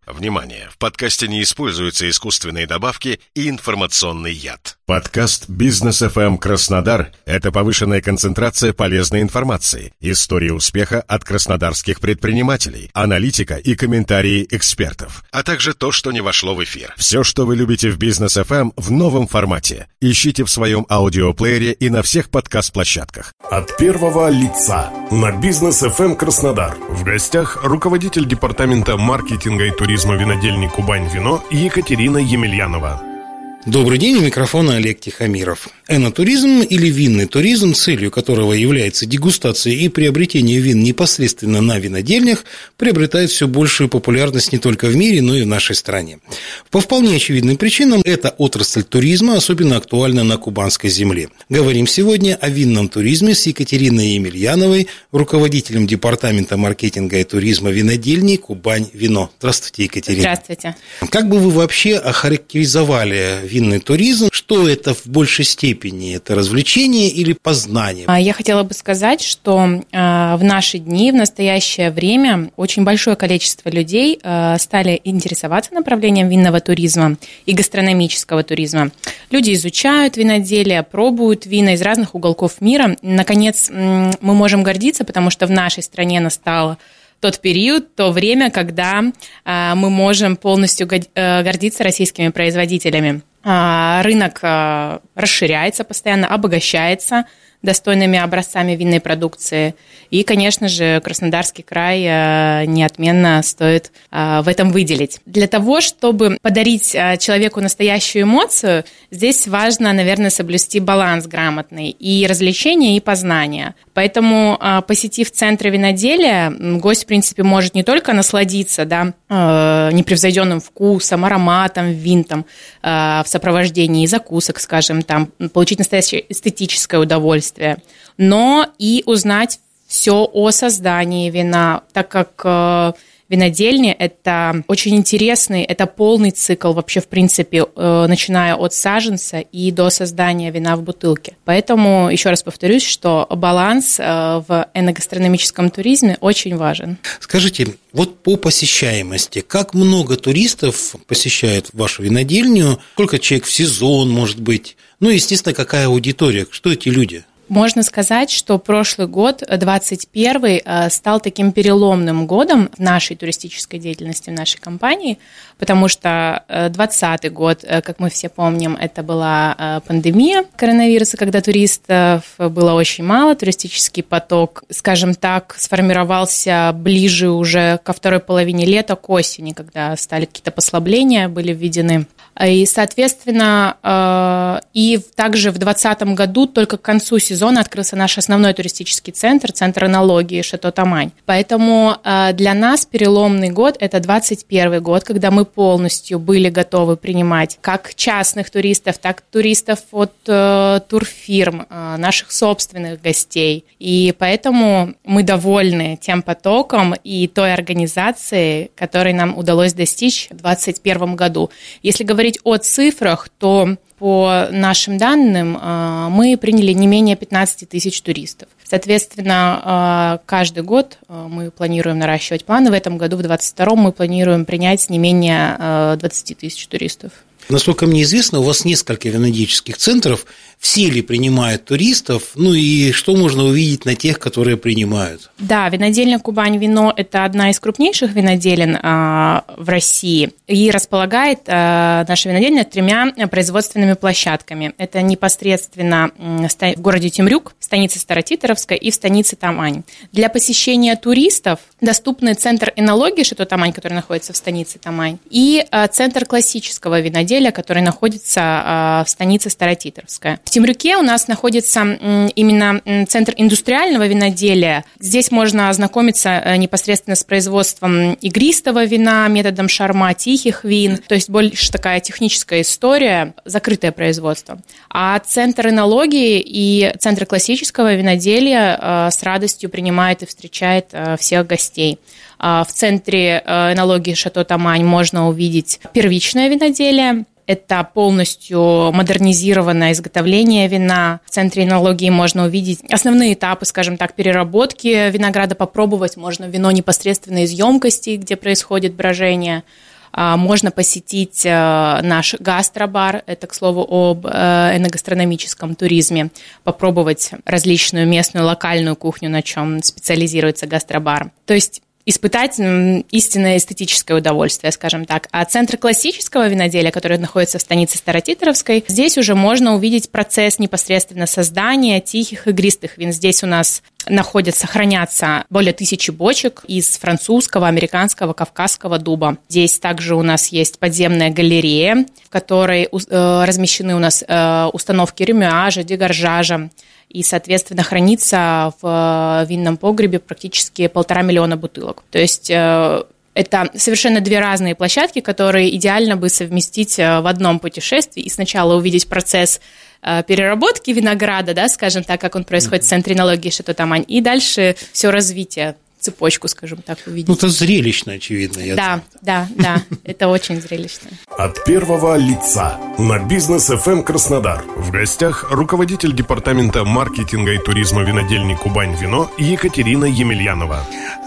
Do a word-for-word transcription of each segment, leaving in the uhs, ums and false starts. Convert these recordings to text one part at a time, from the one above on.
Внимание! В подкасте не используются искусственные добавки и информационный яд. Подкаст «Бизнес эф эм Краснодар» — это повышенная концентрация полезной информации, истории успеха от краснодарских предпринимателей, аналитика и комментарии экспертов, а также то, что не вошло в эфир. Все, что вы любите в «Бизнес эф эм» в новом формате. Ищите в своем аудиоплеере и на всех подкаст-площадках. От первого лица на «Бизнес эф эм Краснодар». В гостях руководитель департамента маркетинга и туризма винодельни «Кубань-Вино» Екатерина Емельянова. Добрый день, у микрофона Олег Тихомиров. Энотуризм или винный туризм, целью которого является дегустация и приобретение вин непосредственно на винодельнях, приобретает все большую популярность не только в мире, но и в нашей стране. По вполне очевидным причинам эта отрасль туризма особенно актуальна на кубанской земле. Говорим сегодня о винном туризме с Екатериной Емельяновой, руководителем департамента маркетинга и туризма винодельни «Кубань-Вино». Здравствуйте, Екатерина. Здравствуйте. Как бы вы вообще охарактеризовали винный туризм? Что это в большей степени? Это развлечение или познание? Я хотела бы сказать, что в наши дни, в настоящее время, очень большое количество людей стали интересоваться направлением винного туризма и гастрономического туризма. Люди изучают виноделие, пробуют вина из разных уголков мира. Наконец, мы можем гордиться, потому что в нашей стране настало тот период, то время, когда мы можем полностью гордиться российскими производителями. Рынок расширяется постоянно, обогащается достойными образцами винной продукции. И, конечно же, Краснодарский край неотменно стоит в этом выделить. Для того, чтобы подарить человеку настоящую эмоцию, здесь важно, наверное, соблюсти баланс грамотный и развлечения, и познания. Поэтому, посетив центры виноделия, гость, в принципе, может не только насладиться, да, непревзойденным вкусом, ароматом вин там, в сопровождении закусок, скажем, там, получить настоящее эстетическое удовольствие, но и узнать все о создании вина, так как винодельня – это очень интересный, это полный цикл вообще, в принципе, начиная от саженца и до создания вина в бутылке. Поэтому, еще раз повторюсь, что баланс в эногастрономическом туризме очень важен. Скажите, вот по посещаемости, как много туристов посещает вашу винодельню, сколько человек в сезон, может быть, ну, естественно, какая аудитория, что эти люди? Можно сказать, что прошлый год, двадцать первый, стал таким переломным годом в нашей туристической деятельности, в нашей компании, потому что двадцатый год, как мы все помним, это была пандемия коронавируса, когда туристов было очень мало, туристический поток, скажем так, сформировался ближе уже ко второй половине лета, к осени, когда стали какие-то послабления, были введены. И, соответственно, и также в двадцатом году только к концу сезона открылся наш основной туристический центр, центр энологии «Шато Тамань». Поэтому для нас переломный год – это двадцать первый год, когда мы полностью были готовы принимать как частных туристов, так и туристов от турфирм, наших собственных гостей. И поэтому мы довольны тем потоком и той организацией, которой нам удалось достичь в двадцать первом году. Если говорить о цифрах, то по нашим данным мы приняли не менее пятнадцать тысяч туристов. Соответственно, каждый год мы планируем наращивать планы. В этом году, в двадцать втором, мы планируем принять не менее двадцать тысяч туристов. Насколько мне известно, у вас несколько винодельческих центров. Все ли принимают туристов? Ну и что можно увидеть на тех, которые принимают? Да, винодельня «Кубань-Вино» – это одна из крупнейших виноделин а, в России. И располагает а, наша винодельня тремя производственными площадками. Это непосредственно в городе Темрюк, в станице Старотитаровской и в станице Тамань. Для посещения туристов доступны центр энологии «Шато Тамань», который находится в станице Тамань, и а, центр классического виноделия, который находится а, в станице Старотитаровская. В Темрюке у нас находится именно центр индустриального виноделия. Здесь можно ознакомиться непосредственно с производством игристого вина, методом шарма, тихих вин. То есть больше такая техническая история, закрытое производство. А центр энологии и центр классического виноделия с радостью принимает и встречает всех гостей. В центре энологии «Шато Тамань» можно увидеть первичное виноделие. Это полностью модернизированное изготовление вина. В центре энологии можно увидеть основные этапы, скажем так, переработки винограда, попробовать можно вино непосредственно из емкости, где происходит брожение. Можно посетить наш гастробар, это, к слову, об эногастрономическом туризме, попробовать различную местную локальную кухню, на чем специализируется гастробар. То есть испытать истинное эстетическое удовольствие, скажем так. А центр классического виноделия, который находится в станице Старотитровской, здесь уже можно увидеть процесс непосредственно создания тихих игристых вин. Здесь у нас находятся, хранятся более тысячи бочек из французского, американского, кавказского дуба. Здесь также у нас есть подземная галерея, в которой размещены у нас установки ремюажа, дегоржажа, и, соответственно, хранится в винном погребе практически полтора миллиона бутылок. То есть это совершенно две разные площадки, которые идеально бы совместить в одном путешествии и сначала увидеть процесс переработки винограда, да, скажем так, как он происходит в центре энологии Шато Тамань, и дальше все развитие, цепочку, скажем так, увидеть. Ну, это зрелищно, очевидно. Я да, да, да, это очень зрелищно. От первого лица на Бизнес эф эм Краснодар. В гостях руководитель департамента маркетинга и туризма винодельни «Кубань Вино» Екатерина Емельянова.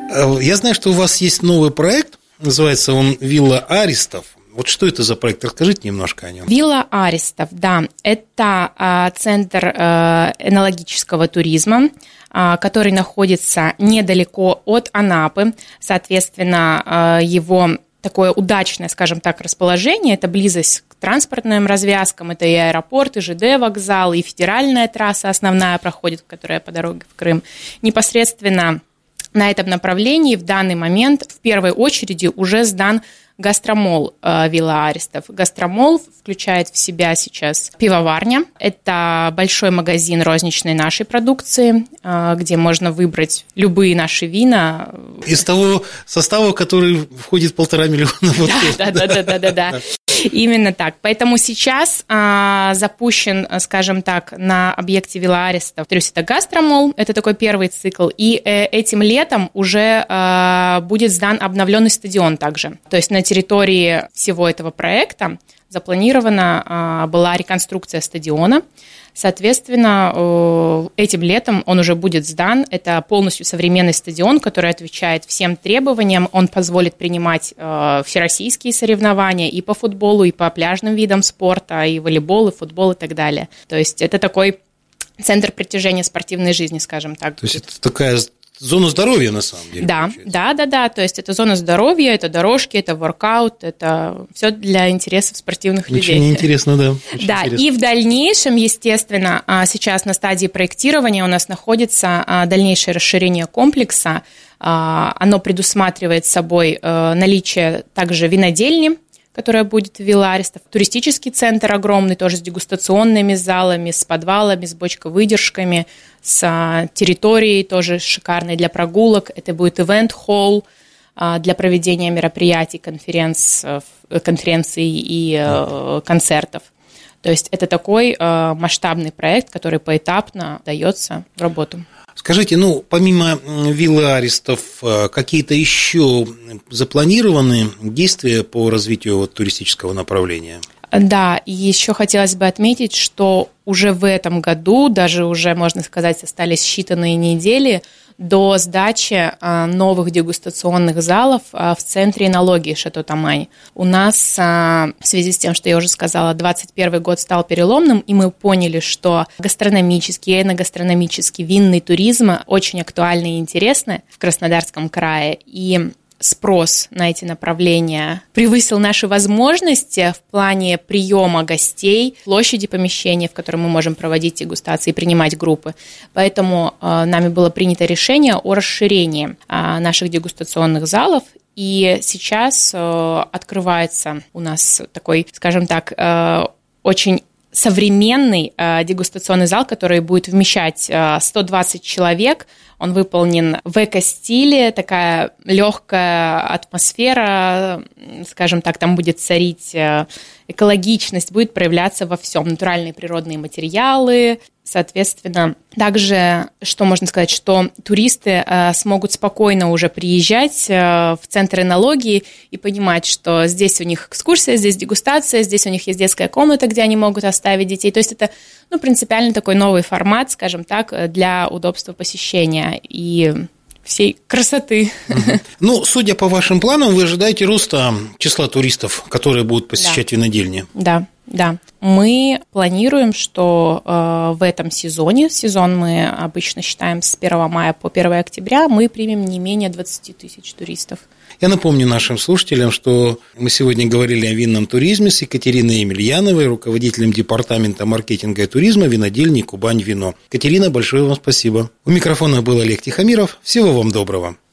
Я знаю, что у вас есть новый проект, называется он «Вилла Аристов». Вот что это за проект? Расскажите немножко о нем. Вилла Аристов, да, это а, центр а, энологического туризма, а, который находится недалеко от Анапы. Соответственно, а, его такое удачное, скажем так, расположение – это близость к транспортным развязкам, это и аэропорт, и ЖД вокзал, и федеральная трасса основная проходит, которая по дороге в Крым. Непосредственно на этом направлении в данный момент в первой очереди уже сдан гастромол Вилла Аристов. Гастромол включает в себя сейчас пивоварня. Это большой магазин розничной нашей продукции, где можно выбрать любые наши вина. Из того состава, который входит в полтора миллиона бутылок. Да, да, да, да, да, да. Именно так. Поэтому сейчас а, запущен, скажем так, на объекте Вилла Аристов, то есть это гастромол, это такой первый цикл, и э, этим летом уже а, будет сдан обновленный стадион также. То есть на территории всего этого проекта запланирована а, была реконструкция стадиона. Соответственно, этим летом он уже будет сдан. Это полностью современный стадион, который отвечает всем требованиям. Он позволит принимать всероссийские соревнования и по футболу, и по пляжным видам спорта, и волейбол, и футбол, и так далее. То есть это такой центр притяжения спортивной жизни, скажем так. То есть это такая зона здоровья, на самом деле. Да, получается. да, да, да. То есть это зона здоровья, это дорожки, это воркаут, это все для интересов спортивных Очень людей. Очень интересно, да. Очень да, интересно. И в дальнейшем, естественно, сейчас на стадии проектирования у нас находится дальнейшее расширение комплекса. Оно предусматривает собой наличие также винодельни, которая будет в Вилла Аристов, туристический центр огромный, тоже с дегустационными залами, с подвалами, с бочковыдержками, с территорией тоже шикарной для прогулок. Это будет ивент-холл для проведения мероприятий, конференц, конференций и концертов. То есть это такой масштабный проект, который поэтапно дается в работу. Скажите, ну, помимо Виллы Аристов, какие-то еще запланированы действия по развитию вот туристического направления? Да, и еще хотелось бы отметить, что уже в этом году, даже уже, можно сказать, остались считанные недели до сдачи новых дегустационных залов в центре энологии Шато Тамань. У нас, в связи с тем, что я уже сказала, двадцать первый год стал переломным, и мы поняли, что гастрономический, эногастрономический, винный туризм очень актуальны и интересны в Краснодарском крае, и спрос на эти направления превысил наши возможности в плане приема гостей, площади помещения, в котором мы можем проводить дегустации и принимать группы. Поэтому э, нами было принято решение о расширении э, наших дегустационных залов. И сейчас э, открывается у нас такой, скажем так, э, очень современный э, дегустационный зал, который будет вмещать э, сто двадцать человек. Он выполнен в эко-стиле, такая легкая атмосфера, скажем так, там будет царить экологичность, будет проявляться во всем. Натуральные природные материалы, соответственно. Также, что можно сказать, что туристы смогут спокойно уже приезжать в центр энологии и понимать, что здесь у них экскурсия, здесь дегустация, здесь у них есть детская комната, где они могут оставить детей. То есть это, ну, принципиально такой новый формат, скажем так, для удобства посещения. И всей красоты. Угу. Ну, судя по вашим планам, вы ожидаете роста числа туристов, которые будут посещать да. винодельни? Да, да. Мы планируем, что э, в этом сезоне, сезон мы обычно считаем с первого мая по первое октября, мы примем не менее двадцать тысяч туристов. Я напомню нашим слушателям, что мы сегодня говорили о винном туризме с Екатериной Емельяновой, руководителем департамента маркетинга и туризма винодельни «Кубань Вино». Катерина, большое вам спасибо. У микрофона был Олег Тихомиров. Всего вам доброго.